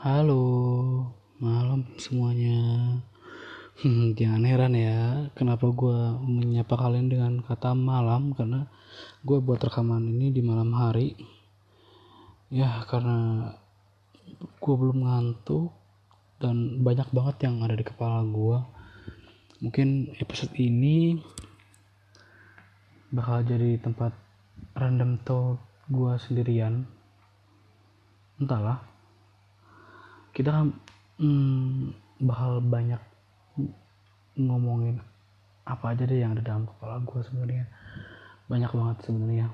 Halo, malam semuanya. Jangan heran ya, kenapa gue menyapa kalian dengan kata malam, karena gue buat rekaman ini di malam hari. Ya, karena gue belum ngantuk dan banyak banget yang ada di kepala gue. Mungkin episode ini bakal jadi tempat random talk gue sendirian. Entahlah, kita kan bakal banyak ngomongin apa aja deh yang ada dalam kepala gue sebenarnya. Banyak banget sebenarnya.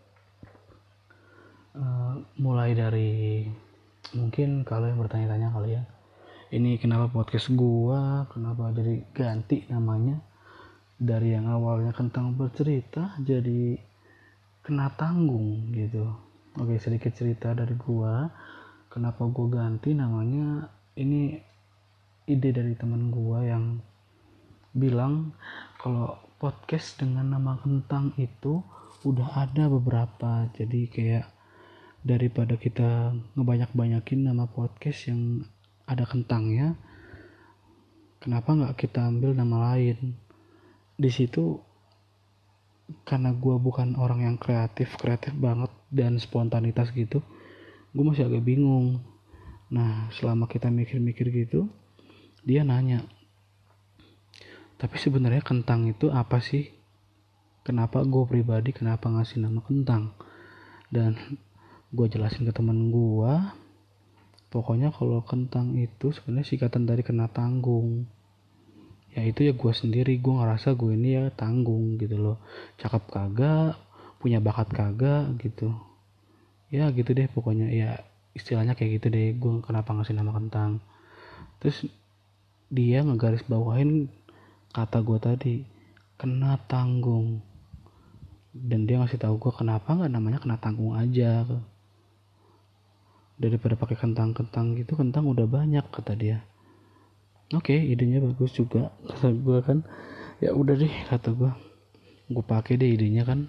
Mulai dari mungkin kalau yang bertanya-tanya kali ya, ini kenapa podcast gua, kenapa jadi ganti namanya dari yang awalnya Kentang Bercerita jadi Kena Tanggung gitu. Oke, sedikit cerita dari gua kenapa gua ganti namanya. Ini ide dari teman gua yang bilang kalau podcast dengan nama Kentang itu udah ada beberapa, jadi kayak daripada kita ngebanyak-banyakin nama podcast yang ada kentangnya, kenapa nggak kita ambil nama lain. Di situ karena gue bukan orang yang kreatif banget dan spontanitas gitu, gue masih agak bingung. Nah, selama kita mikir-mikir gitu, dia nanya, tapi sebenarnya kentang itu apa sih? Kenapa gue pribadi kenapa ngasih nama kentang? Dan gue jelasin ke temen gue, pokoknya kalau kentang itu sebenarnya singkatan dari Kena Tanggung. Ya itu ya gue sendiri, gue ngerasa gue ini ya tanggung gitu loh. Cakep kagak, punya bakat kagak gitu. Ya gitu deh pokoknya, ya istilahnya kayak gitu deh. Gue kenapa ngasih nama kentang. Terus dia ngegaris bawahin kata gue tadi, Kena Tanggung. Dan dia ngasih tahu gue kenapa nggak namanya Kena Tanggung aja. Daripada pakai kentang-kentang gitu, kentang udah banyak kata dia. Oke, idenya bagus juga kata gue kan. Ya udah deh kata gue pakai deh idenya kan.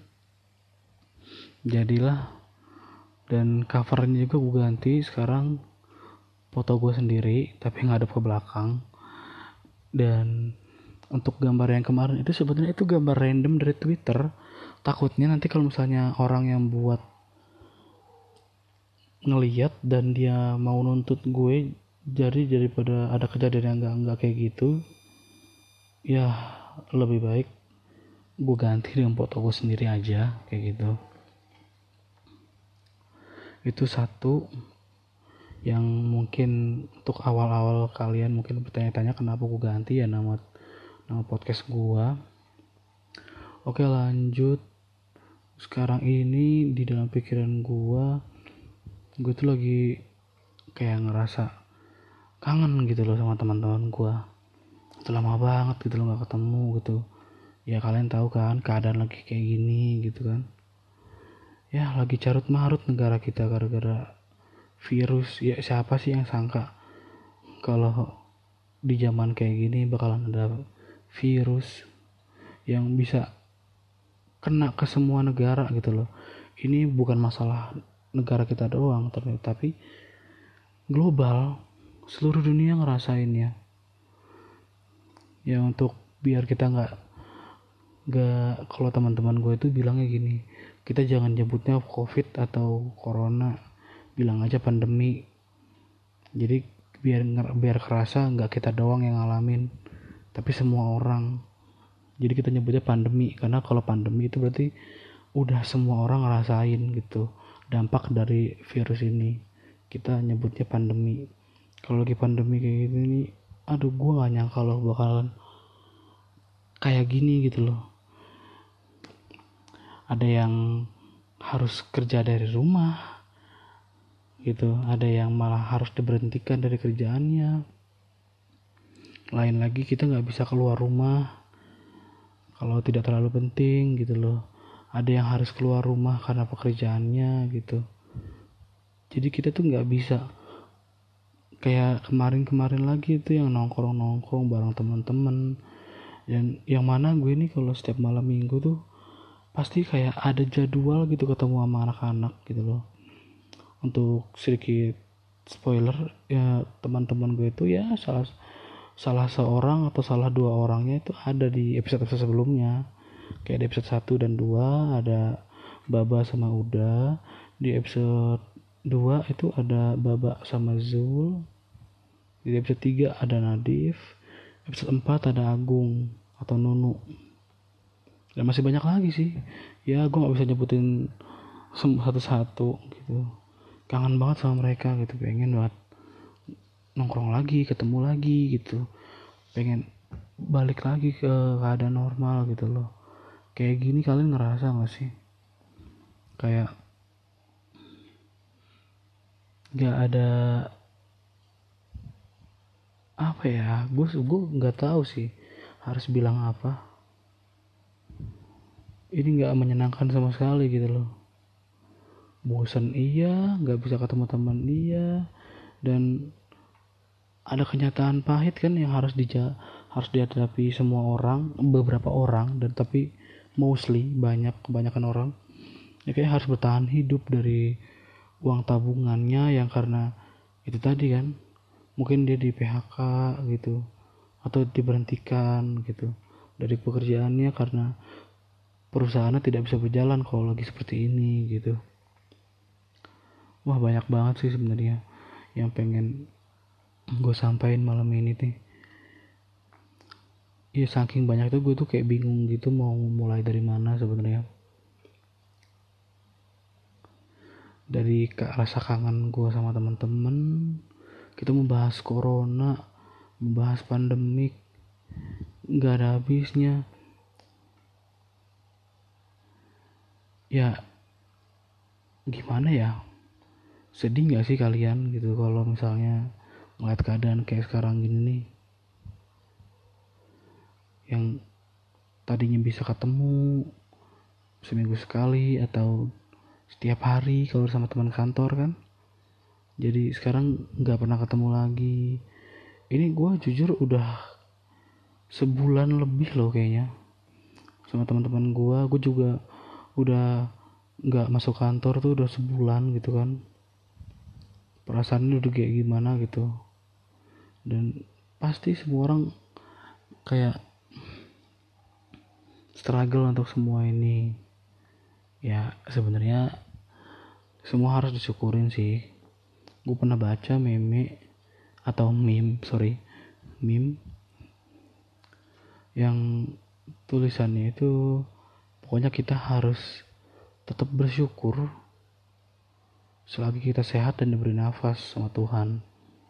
Jadilah, dan covernya juga gue ganti sekarang foto gue sendiri tapi ngadep ke belakang. Dan untuk gambar yang kemarin itu sebenarnya itu gambar random dari Twitter. Takutnya nanti kalau misalnya orang yang buat ngeliat dan dia mau nuntut gue, jadi daripada ada kejadian yang enggak kayak gitu, ya lebih baik gue ganti dengan foto gue sendiri aja kayak gitu. Itu satu yang mungkin untuk awal-awal kalian mungkin bertanya-tanya kenapa gue ganti ya nama podcast gue. Oke, lanjut. Sekarang ini di dalam pikiran gue tuh lagi kayak ngerasa kangen gitu loh sama teman-teman gue. Udah lama banget gitu loh gak ketemu gitu. Ya kalian tahu kan keadaan lagi kayak gini gitu kan. Ya lagi carut marut negara kita gara-gara virus. Ya siapa sih yang sangka kalau di zaman kayak gini bakalan ada virus yang bisa kena ke semua negara gitu loh. Ini bukan masalah negara kita doang, tapi global, seluruh dunia ngerasainnya. Ya untuk biar kita nggak kalau teman-teman gue itu bilangnya gini, kita jangan nyebutnya covid atau corona, bilang aja pandemi. Jadi biar kerasa nggak kita doang yang ngalamin, tapi semua orang. Jadi kita nyebutnya pandemi karena kalau pandemi itu berarti udah semua orang ngerasain gitu dampak dari virus ini. Kita nyebutnya pandemi. Kalau lagi pandemi kayak gini nih, aduh gue gak nyangka loh bakalan kayak gini gitu loh. Ada yang harus kerja dari rumah gitu, ada yang malah harus diberhentikan dari kerjaannya. Lain lagi kita gak bisa keluar rumah kalau tidak terlalu penting gitu loh. Ada yang harus keluar rumah karena pekerjaannya gitu. Jadi kita tuh nggak bisa kayak kemarin lagi tuh yang nongkrong bareng teman-teman. Dan yang mana gue nih kalau setiap malam minggu tuh pasti kayak ada jadwal gitu ketemu sama anak-anak gitu loh. Untuk sedikit spoiler ya, teman-teman gue itu ya salah seorang atau salah dua orangnya itu ada di episode-episode sebelumnya. Kayak di episode 1 dan 2 ada Baba sama Uda. Di episode 2 itu ada Baba sama Zul. Di episode 3 ada Nadif. Episode 4 ada Agung atau Nunu. Dan masih banyak lagi sih. Ya gue gak bisa nyebutin satu-satu gitu. Kangen banget sama mereka gitu. Pengen banget nongkrong lagi, ketemu lagi gitu. Pengen balik lagi ke keadaan normal gitu loh. Kayak gini kalian ngerasa gak sih? Kayak gak ada apa ya, gue nggak tahu sih harus bilang apa. Ini nggak menyenangkan sama sekali gitu loh. Bosan iya, nggak bisa ketemu teman iya, dan ada kenyataan pahit kan yang harus dihadapi semua orang, beberapa orang, dan tapi mostly kebanyakan orang ya kayak harus bertahan hidup dari uang tabungannya yang karena itu tadi kan, mungkin dia di PHK gitu atau diberhentikan gitu dari pekerjaannya karena perusahaannya tidak bisa berjalan kalau lagi seperti ini gitu. Wah banyak banget sih sebenarnya yang pengen gue sampaikan malam ini nih. Ya saking banyak tuh gue tuh kayak bingung gitu mau mulai dari mana sebenarnya. Dari rasa kangen gue sama teman-teman, kita membahas corona, membahas pandemik, nggak ada habisnya. Ya gimana ya, sedih nggak sih kalian gitu kalau misalnya ngeliat keadaan kayak sekarang gini nih, yang tadinya bisa ketemu seminggu sekali atau setiap hari kalau sama teman kantor kan, jadi sekarang nggak pernah ketemu lagi. Ini gue jujur udah sebulan lebih loh kayaknya sama teman-teman gue juga udah nggak masuk kantor tuh udah sebulan gitu kan. Perasaannya udah kayak gimana gitu, dan pasti semua orang kayak struggle untuk semua ini. Ya sebenarnya semua harus disyukurin sih. Gue pernah baca meme yang tulisannya itu pokoknya kita harus tetap bersyukur selagi kita sehat dan diberi nafas sama Tuhan.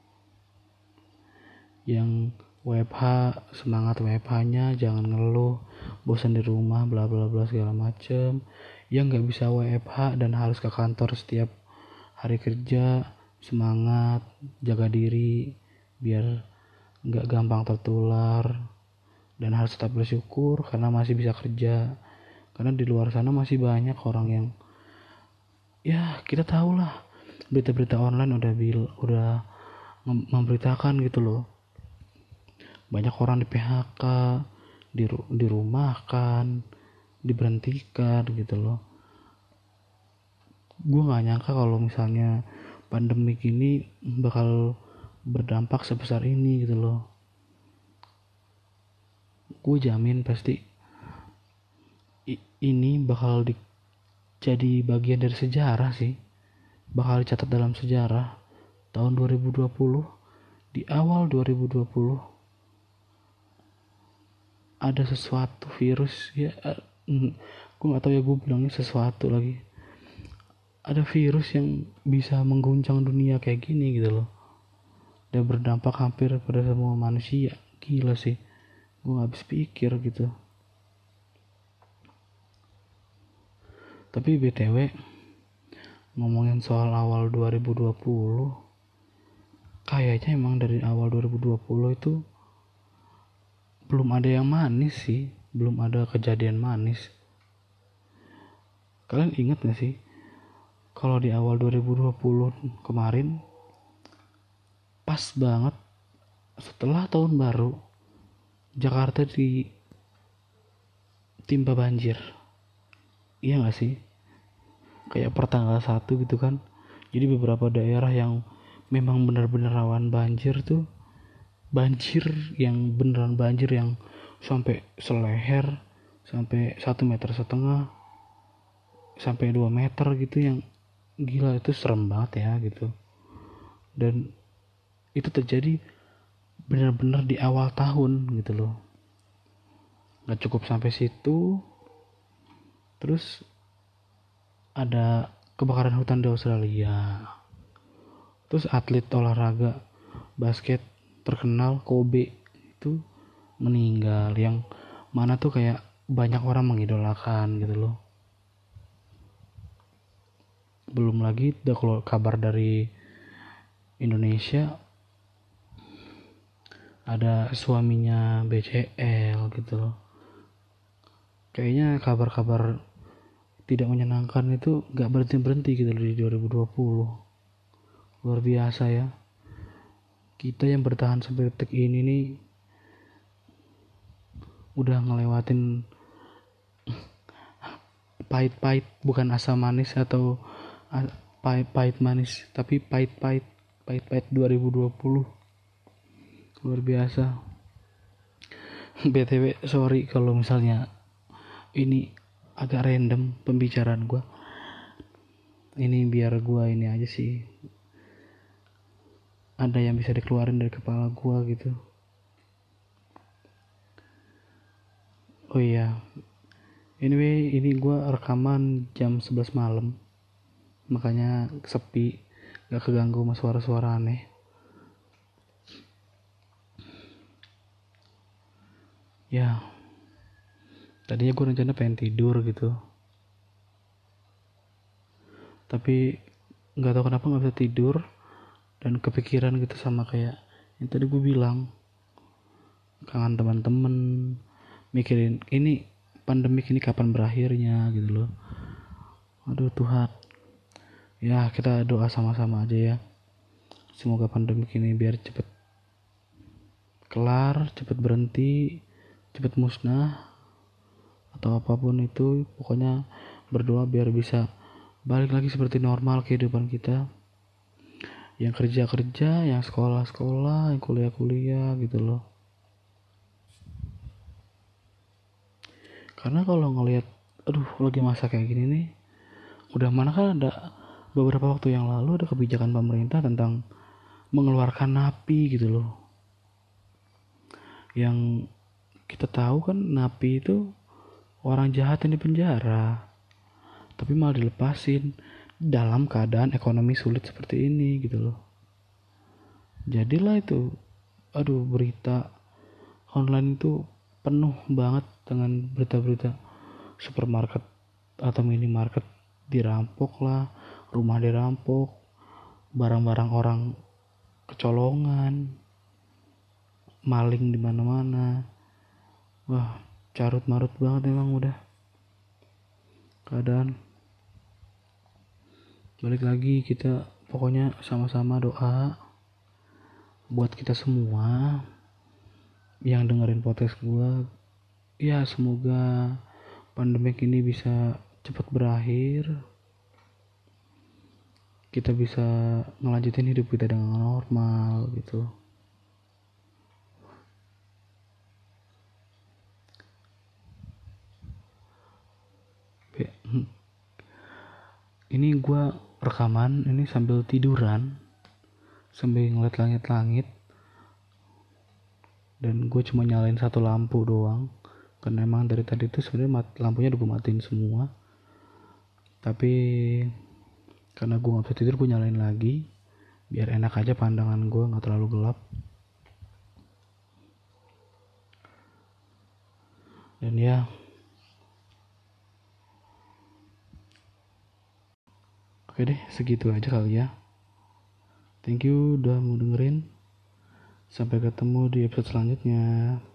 Yang WFH, semangat WFH-nya, jangan ngeluh, bosan di rumah, bla bla bla segala macem. Yang nggak bisa WFH dan harus ke kantor setiap hari kerja, semangat, jaga diri, biar nggak gampang tertular, dan harus tetap bersyukur karena masih bisa kerja. Karena di luar sana masih banyak orang yang ya kita tahu lah, berita-berita online udah memberitakan gitu loh. Banyak orang di PHK, dirumahkan, diberhentikan gitu loh. Gue nggak nyangka kalau misalnya pandemi ini bakal berdampak sebesar ini gitu loh. Gue jamin pasti ini bakal jadi bagian dari sejarah sih. Bakal dicatat dalam sejarah tahun 2020, di awal 2020 ada sesuatu virus ya, gue nggak tahu ya gue bilangnya sesuatu lagi, ada virus yang bisa mengguncang dunia kayak gini gitu loh, dan berdampak hampir pada semua manusia. Gila sih, gue nggak habis pikir gitu. Tapi BTW ngomongin soal awal 2020, kayaknya emang dari awal 2020 itu belum ada yang manis sih, belum ada kejadian manis. Kalian ingat gak sih kalau di awal 2020 kemarin pas banget setelah tahun baru Jakarta ditimpa banjir, iya gak sih? Kayak pertanggal 1 gitu kan, jadi beberapa daerah yang memang benar-benar rawan banjir tuh, banjir yang beneran banjir yang sampai seleher, sampai 1,5 meter, sampai 2 meter gitu, yang gila itu serem banget ya gitu. Dan itu terjadi benar-benar di awal tahun gitu loh. Nggak cukup sampai situ, terus ada kebakaran hutan di Australia. Terus atlet olahraga basket terkenal Kobe itu meninggal, yang mana tuh kayak banyak orang mengidolakan gitu loh. Belum lagi udah kalau kabar dari Indonesia, ada suaminya BCL gitu loh. Kayaknya kabar-kabar tidak menyenangkan itu gak berhenti gitu loh di 2020. Luar biasa ya. Kita yang bertahan sampai detik ini nih udah ngelewatin pahit-pahit, bukan asam manis atau pahit manis, tapi pahit 2020. Luar biasa. BTW sorry kalau misalnya ini agak random pembicaraan gue. Ini biar gue ini aja sih, ada yang bisa dikeluarin dari kepala gue gitu. Oh iya, anyway ini gue rekaman jam 11 malam, makanya sepi, gak keganggu sama suara-suara aneh. Ya, tadinya gue rencana pengen tidur gitu, tapi nggak tahu kenapa nggak bisa tidur, dan kepikiran gitu sama kayak yang tadi gue bilang, kangen teman-teman, mikirin ini pandemik ini kapan berakhirnya gitu loh. Aduh Tuhan, ya kita doa sama-sama aja ya, semoga pandemik ini biar cepet kelar, cepet berhenti, cepet musnah, atau apapun itu, pokoknya berdoa biar bisa balik lagi seperti normal kehidupan kita, yang kerja, yang sekolah, yang kuliah gitu loh. Karena kalau ngelihat, aduh lagi masa kayak gini nih, udah mana kan ada beberapa waktu yang lalu ada kebijakan pemerintah tentang mengeluarkan napi gitu loh. Yang kita tahu kan napi itu orang jahat yang dipenjara, tapi malah dilepasin dalam keadaan ekonomi sulit seperti ini gitu loh. Jadilah itu, aduh berita online itu penuh banget dengan berita-berita supermarket atau minimarket dirampok lah, rumah dirampok, barang-barang orang kecolongan, maling di mana-mana. Wah, carut marut banget emang udah keadaan. Balik lagi kita pokoknya sama-sama doa buat kita semua yang dengerin podcast gue. Ya semoga pandemik ini bisa cepat berakhir, kita bisa ngelanjutin hidup kita dengan normal gitu. Ini gue rekaman ini sambil tiduran, sambil ngeliat langit-langit, dan gue cuma nyalain satu lampu doang, karena emang dari tadi tuh sebenarnya lampunya udah gue matiin semua, tapi karena gue nggak bisa tidur gue nyalain lagi biar enak aja pandangan gue nggak terlalu gelap. Dan ya oke deh, segitu aja kali ya. Thank you udah mau dengerin. Sampai ketemu di episode selanjutnya.